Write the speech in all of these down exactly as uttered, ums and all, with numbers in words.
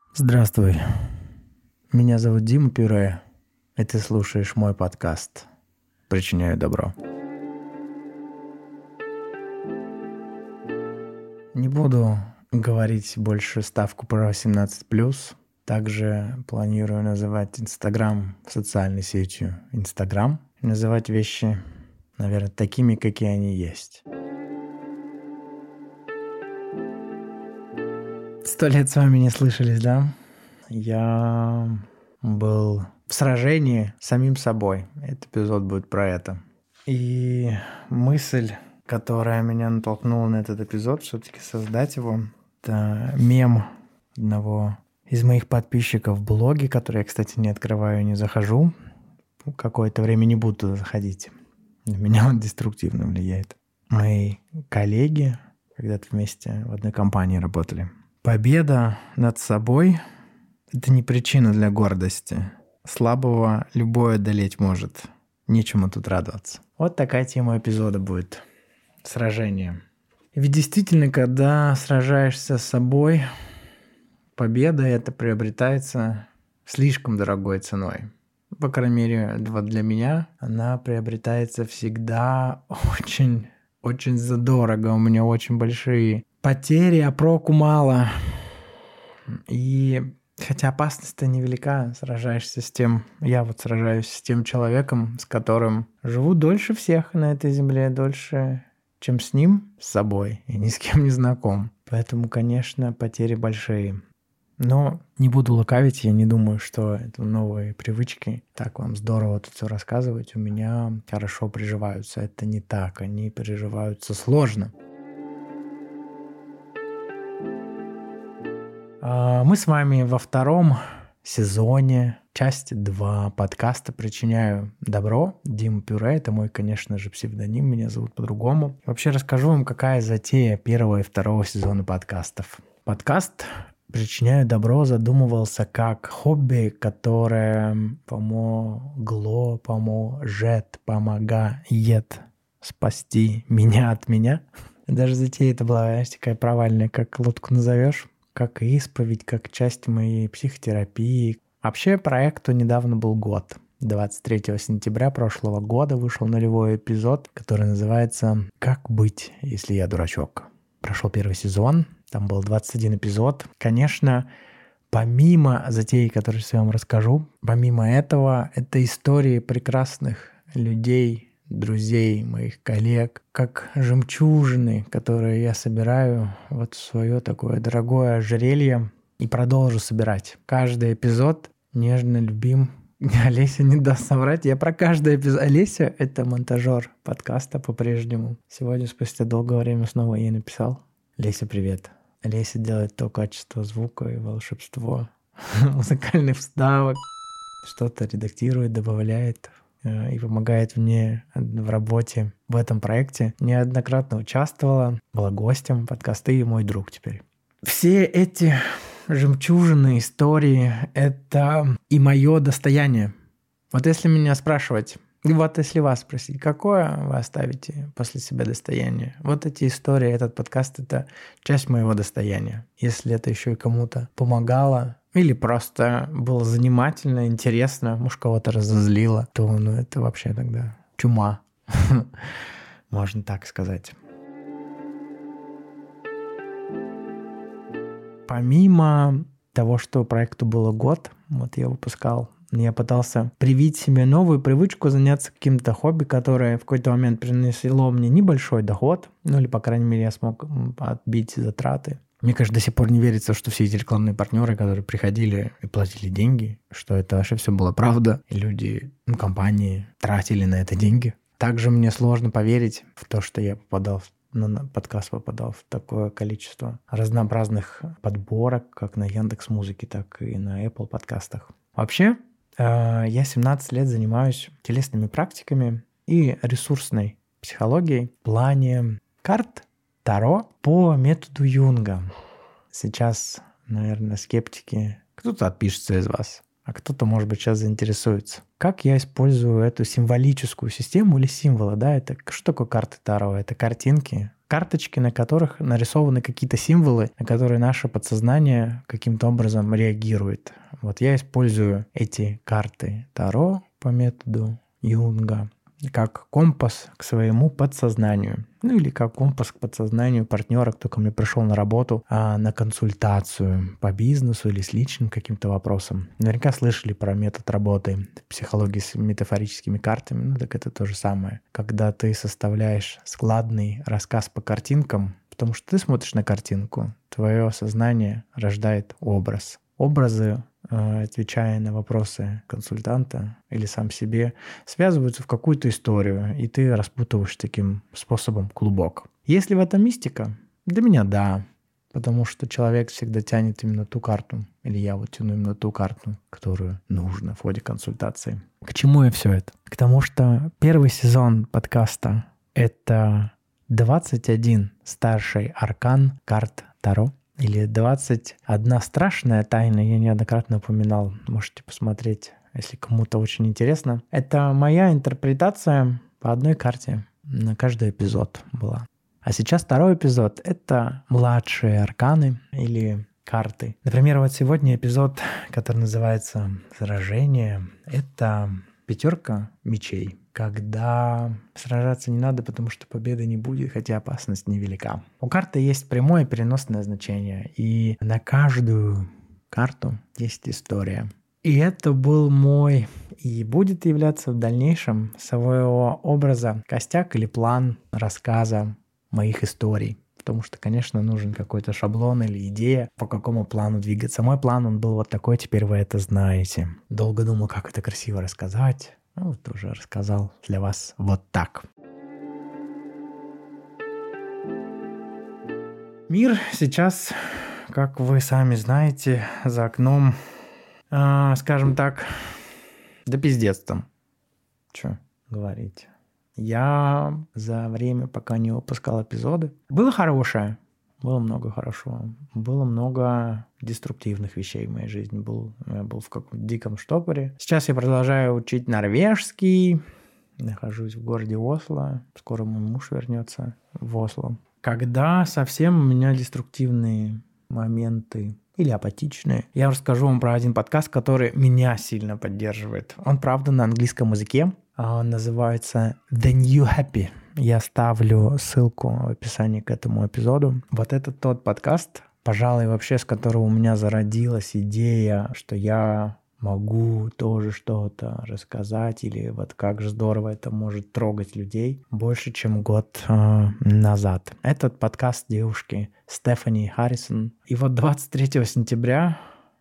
Здравствуй, меня зовут Дима Пюре, и ты слушаешь мой подкаст «Причиняю добро». Не буду говорить больше ставку про восемнадцать плюс. Также планирую называть Инстаграм социальной сетью Инстаграм. Называть вещи, наверное, такими, какие они есть. Сто лет с вами не слышались, да? Я был в сражении с самим собой. Этот эпизод будет про это. И мысль, которая меня натолкнула на этот эпизод, все-таки создать его, это мем одного из моих подписчиков в блоге, который я, кстати, не открываю, не захожу. Какое-то время не буду туда заходить. На меня он деструктивно влияет. Мои коллеги когда-то вместе в одной компании работали. Победа над собой – это не причина для гордости. Слабого любой одолеть может. Нечему тут радоваться. Вот такая тема эпизода будет. Сражение. Ведь действительно, когда сражаешься с собой, победа это приобретается слишком дорогой ценой. По крайней мере, вот для меня она приобретается всегда очень, очень задорого. У меня очень большие потери, а проку мало. И хотя опасность-то невелика, сражаешься с тем, я вот сражаюсь с тем человеком, с которым живу дольше всех на этой земле, дольше, чем с ним, с собой, и ни с кем не знаком. Поэтому, конечно, потери большие. Но не буду лукавить, я не думаю, что это новые привычки. Так вам здорово тут все рассказывать, у меня хорошо приживаются. Это не так, они приживаются сложно. Мы с вами во втором сезоне, части два подкаста «Причиняю добро». Дима Пюре, это мой, конечно же, псевдоним, меня зовут по-другому. Вообще расскажу вам, какая затея первого и второго сезона подкастов. Подкаст «Причиняю добро» задумывался как хобби, которое помогло, поможет, помогает спасти меня от меня. Даже затея это была, знаешь, такая провальная, как лодку назовешь. Как исповедь, как часть моей психотерапии. Вообще проекту недавно был год. двадцать третьего сентября прошлого года вышел нулевой эпизод, который называется «Как быть, если я дурачок?». Прошел первый сезон, там был двадцать один эпизод. Конечно, помимо затеи, которую я вам расскажу, помимо этого, это истории прекрасных людей, друзей, моих коллег, как жемчужины, которые я собираю вот в свое такое дорогое ожерелье и продолжу собирать. Каждый эпизод нежно любим. Олеся не даст соврать. Я про каждый эпизод. Олеся — это монтажер подкаста по-прежнему. Сегодня, спустя долгое время, снова ей написал. Леся, привет. Олеся делает то качество звука и волшебство музыкальных вставок. Что-то редактирует, добавляет и помогает мне в работе в этом проекте. Неоднократно участвовала, была гостем подкаста и мой друг теперь. Все эти жемчужины истории — это и мое достояние. Вот если меня спрашивать, и вот если вас спросить, какое вы оставите после себя достояние? Вот эти истории, этот подкаст — это часть моего достояния. Если это еще и кому-то помогало, или просто было занимательно, интересно, может, кого-то разозлило, то ну, это вообще тогда чума, можно так сказать. Помимо того, что проекту было год, вот я выпускал, я пытался привить себе новую привычку заняться каким-то хобби, которое в какой-то момент принесло мне небольшой доход, ну или, по крайней мере, я смог отбить затраты. Мне, конечно, до сих пор не верится, что все эти рекламные партнеры, которые приходили и платили деньги, что это вообще все было правда, и люди, ну, компании тратили на это деньги. Также мне сложно поверить в то, что я попадал, ну, на подкаст попадал в такое количество разнообразных подборок, как на Яндекс.Музыке, так и на Apple подкастах. Вообще, я семнадцать лет занимаюсь телесными практиками и ресурсной психологией в плане карт Таро по методу Юнга. Сейчас, наверное, скептики, кто-то отпишется из вас, а кто-то, может быть, сейчас заинтересуется. Как я использую эту символическую систему или символы, да? Это что такое карты Таро? Это картинки карточки, на которых нарисованы какие-то символы, на которые наше подсознание каким-то образом реагирует. Вот я использую эти карты Таро по методу Юнга как компас к своему подсознанию. Ну или как компас к подсознанию партнера, кто ко мне пришел на работу, а на консультацию по бизнесу или с личным каким-то вопросом. Наверняка слышали про метод работы психологии с метафорическими картами. Ну так это то же самое. Когда ты составляешь складный рассказ по картинкам, потому что ты смотришь на картинку, твое сознание рождает образ. Образы, отвечая на вопросы консультанта или сам себе, связываются в какую-то историю, и ты распутываешь таким способом клубок. Есть ли в этом мистика? Для меня да, потому что человек всегда тянет именно ту карту, или я вот тяну именно ту карту, которую нужно в ходе консультации. К чему я все это? К тому, что первый сезон подкаста — это двадцать один старший аркан карт Таро. Или двадцать одна страшная тайна, я неоднократно упоминал, можете посмотреть, если кому-то очень интересно. Это моя интерпретация по одной карте на каждый эпизод была. А сейчас второй эпизод — это младшие арканы или карты. Например, вот сегодня эпизод, который называется «Сражение», это пятерка мечей. Когда сражаться не надо, потому что победы не будет, хотя опасность невелика. У карты есть прямое переносное значение, и на каждую карту есть история. И это был мой и будет являться в дальнейшем своего образа костяк или план рассказа моих историй. Потому что, конечно, нужен какой-то шаблон или идея, по какому плану двигаться. Мой план, он был вот такой, теперь вы это знаете. Долго думал, как это красиво рассказать. Ну, вот уже рассказал для вас вот так. Мир сейчас, как вы сами знаете, за окном, э, скажем так, да пиздец там. Чё говорить. Я за время, пока не выпускал эпизоды, было хорошее. Было много хорошего. Было много деструктивных вещей в моей жизни. Был, я был в каком-то диком штопоре. Сейчас я продолжаю учить норвежский. Нахожусь в городе Осло. Скоро мой муж вернется в Осло. Когда совсем у меня деструктивные моменты или апатичные, я расскажу вам про один подкаст, который меня сильно поддерживает. Он, правда, на английском языке. Он называется The New Happy. Я ставлю ссылку в описании к этому эпизоду. Вот это тот подкаст, пожалуй, вообще с которого у меня зародилась идея, что я могу тоже что-то рассказать, или вот как же здорово это может трогать людей больше, чем год э, назад. Этот подкаст девушки Стефани Харрисон. И вот двадцать третьего сентября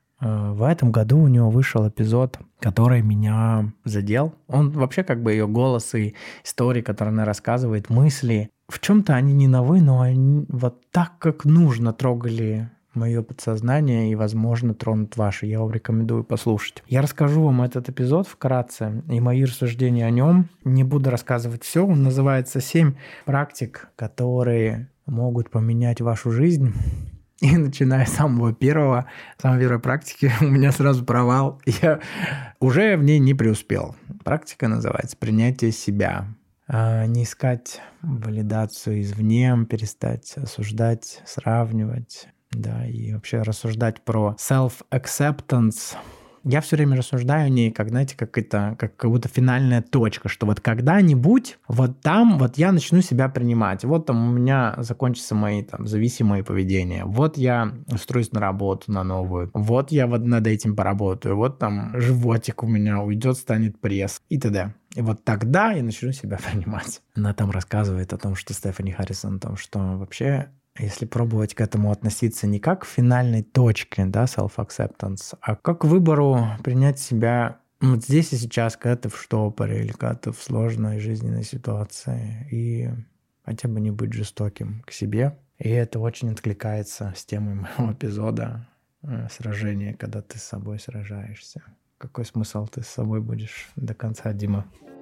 в этом году у него вышел эпизод, который меня задел. Он вообще как бы ее голос и истории, которые она рассказывает, мысли, в чем-то они не новы, но они вот так, как нужно, трогали мое подсознание и, возможно, тронут ваши. Я вам рекомендую послушать. Я расскажу вам этот эпизод вкратце и мои рассуждения о нем. Не буду рассказывать все. Он называется «Семь практик, которые могут поменять вашу жизнь». И начиная с самого первого, самой первой практики, у меня сразу провал. Я уже в ней не преуспел. Практика называется «Принятие себя». А не искать валидацию извне, перестать осуждать, сравнивать, да, и вообще рассуждать про self-acceptance. Я все время рассуждаю о ней, как, знаете, как это, как, как будто финальная точка, что вот когда-нибудь вот там вот я начну себя принимать, вот там у меня закончатся мои там зависимые поведения, вот я устроюсь на работу, на новую, вот я вот над этим поработаю, вот там животик у меня уйдет, станет пресс и т.д. И вот тогда я начну себя принимать. Она там рассказывает о том, что Стефани Харрисон, о том, что вообще... Если пробовать к этому относиться не как к финальной точке, да, self-acceptance, а как к выбору принять себя вот здесь и сейчас, когда ты в штопоре или когда ты в сложной жизненной ситуации, и хотя бы не быть жестоким к себе. И это очень откликается с темой моего эпизода «Сражение», когда ты с собой сражаешься. Какой смысл ты с собой будешь до конца, Дима?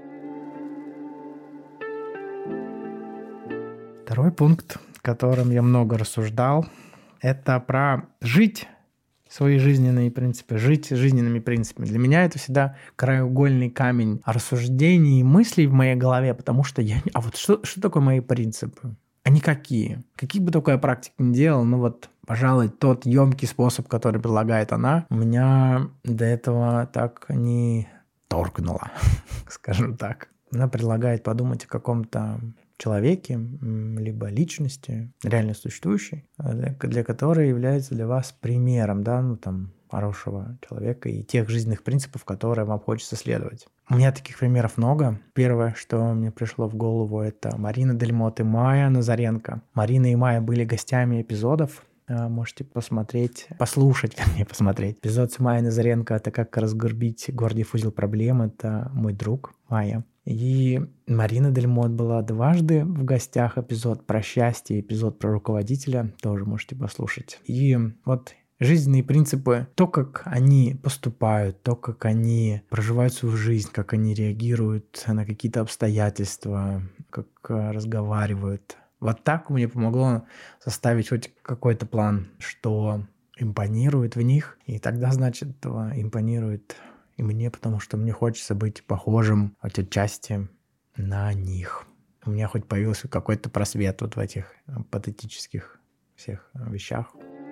Второй пункт, о котором я много рассуждал, это про жить свои жизненные принципы, жить жизненными принципами. Для меня это всегда краеугольный камень рассуждений и мыслей в моей голове, потому что я... А вот что, что такое мои принципы? а никакие. Какие бы только я практик не делал, ну вот, пожалуй, тот емкий способ, который предлагает она, меня до этого так не торкнуло, скажем так. Она предлагает подумать о каком-то человеке, либо личности, реально существующей, для которой является для вас примером, да, ну там, хорошего человека и тех жизненных принципов, которые вам хочется следовать. У меня таких примеров много. Первое, что мне пришло в голову, это Марина Дельмот и Майя Назаренко. Марина и Майя были гостями эпизодов. Можете посмотреть, послушать, вернее, посмотреть. Эпизод с Майей Назаренко — это «Как разгребить Гордиев узел проблем». Это мой друг Майя. И Марина Дельмот была дважды в гостях. Эпизод про счастье, эпизод про руководителя. Тоже можете послушать. И вот жизненные принципы, то, как они поступают, то, как они проживают свою жизнь, как они реагируют на какие-то обстоятельства, как разговаривают. Вот так мне помогло составить хоть какой-то план, что импонирует в них. И тогда, значит, импонирует и мне, потому что мне хочется быть похожим хоть отчасти на них. У меня хоть появился какой-то просвет вот в этих патетических всех вещах.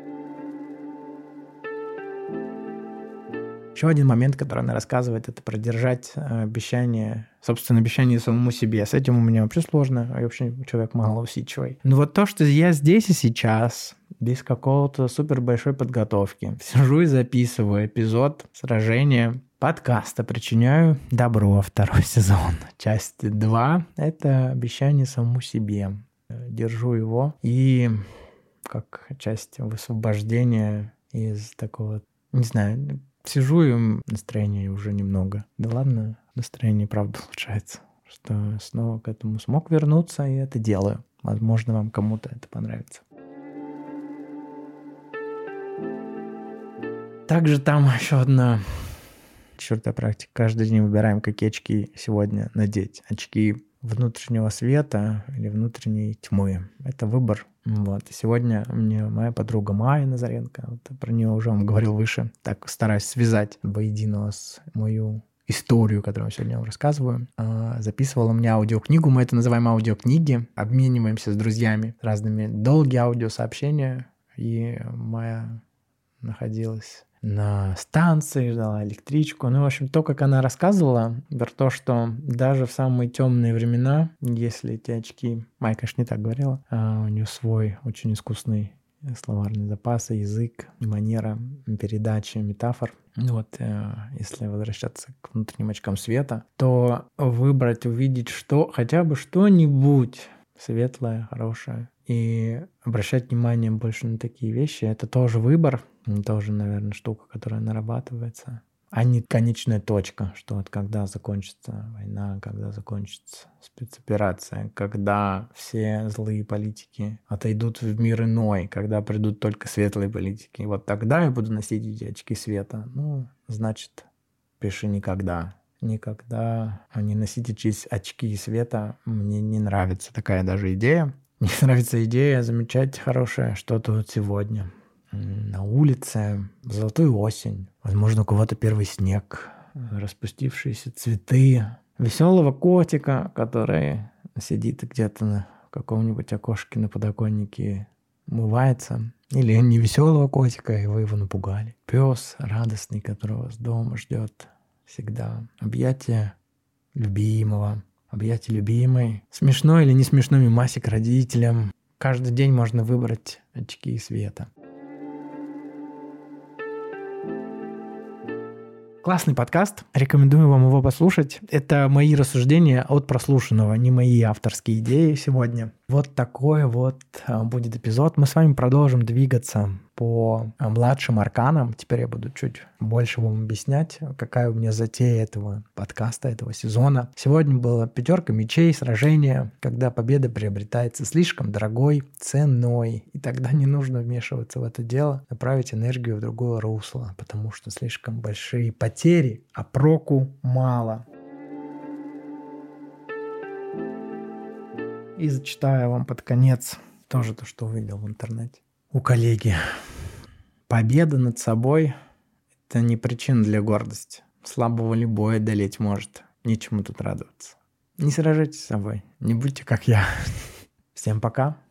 Еще один момент, который она рассказывает, это про держать обещание, собственно, обещание самому себе. С этим у меня вообще сложно, я вообще человек малоусидчивый. Но вот то, что я здесь и сейчас, без какого-то супер большой подготовки, сижу и записываю эпизод сражения подкаста «Причиняю добро», второй сезон, часть два, это обещание самому себе. Держу его и как часть высвобождения из такого, не знаю, сижу и настроение уже немного. Да ладно, настроение правда улучшается. Что снова к этому смог вернуться и это делаю. Возможно, вам кому-то это понравится. Также там еще одна четвертая практика. Каждый день выбираем, какие очки сегодня надеть. Очки внутреннего света или внутренней тьмы. Это выбор. Вот. И сегодня мне моя подруга Майя Назаренко, вот про нее уже вам говорил выше, так стараюсь связать воедино с мою историю, которую я сегодня вам рассказываю, записывала мне аудиокнигу, мы это называем аудиокниги, обмениваемся с друзьями разными долгие аудиосообщения, и Майя находилась на станции, ждала электричку. Ну, в общем, то, как она рассказывала, про то, что даже в самые темные времена, если эти очки... Майя, конечно, не так говорила, а у нее свой очень искусный словарный запас, язык, манера передачи метафор. Ну вот, если возвращаться к внутренним очкам света, то выбрать, увидеть что, хотя бы что-нибудь светлое, хорошее, и обращать внимание больше на такие вещи, это тоже выбор, тоже, наверное, штука, которая нарабатывается, а не конечная точка, что вот когда закончится война, когда закончится спецоперация, когда все злые политики отойдут в мир иной, когда придут только светлые политики, и вот тогда я буду носить эти очки света. Ну, значит, пиши никогда. Никогда не носите очки света. Мне не нравится такая даже идея. Мне нравится идея замечать хорошее что-то вот сегодня. На улице, золотую осень, возможно, у кого-то первый снег, распустившиеся цветы, веселого котика, который сидит где-то на каком-нибудь окошке на подоконнике, умывается. Или не веселого котика, и вы его напугали. Пес радостный, который вас дома ждет всегда. Объятие любимого, объятие любимой. Смешной или не смешной мимасик родителям. Каждый день можно выбрать очки света. Классный подкаст, рекомендую вам его послушать. Это мои рассуждения от прослушанного, не мои авторские идеи сегодня. Вот такой вот будет эпизод. Мы с вами продолжим двигаться по младшим арканам. Теперь я буду чуть больше вам объяснять, какая у меня затея этого подкаста, этого сезона. Сегодня была пятерка мечей, сражение, когда победа приобретается слишком дорогой ценой. И тогда не нужно вмешиваться в это дело, направить энергию в другое русло, потому что слишком большие потери, а проку мало. И зачитаю вам под конец тоже то, что увидел в интернете. У коллеги. Победа над собой – это не причина для гордости. Слабого любой одолеть может. Нечему тут радоваться. Не сражайтесь с собой. Не будьте как я. Всем пока.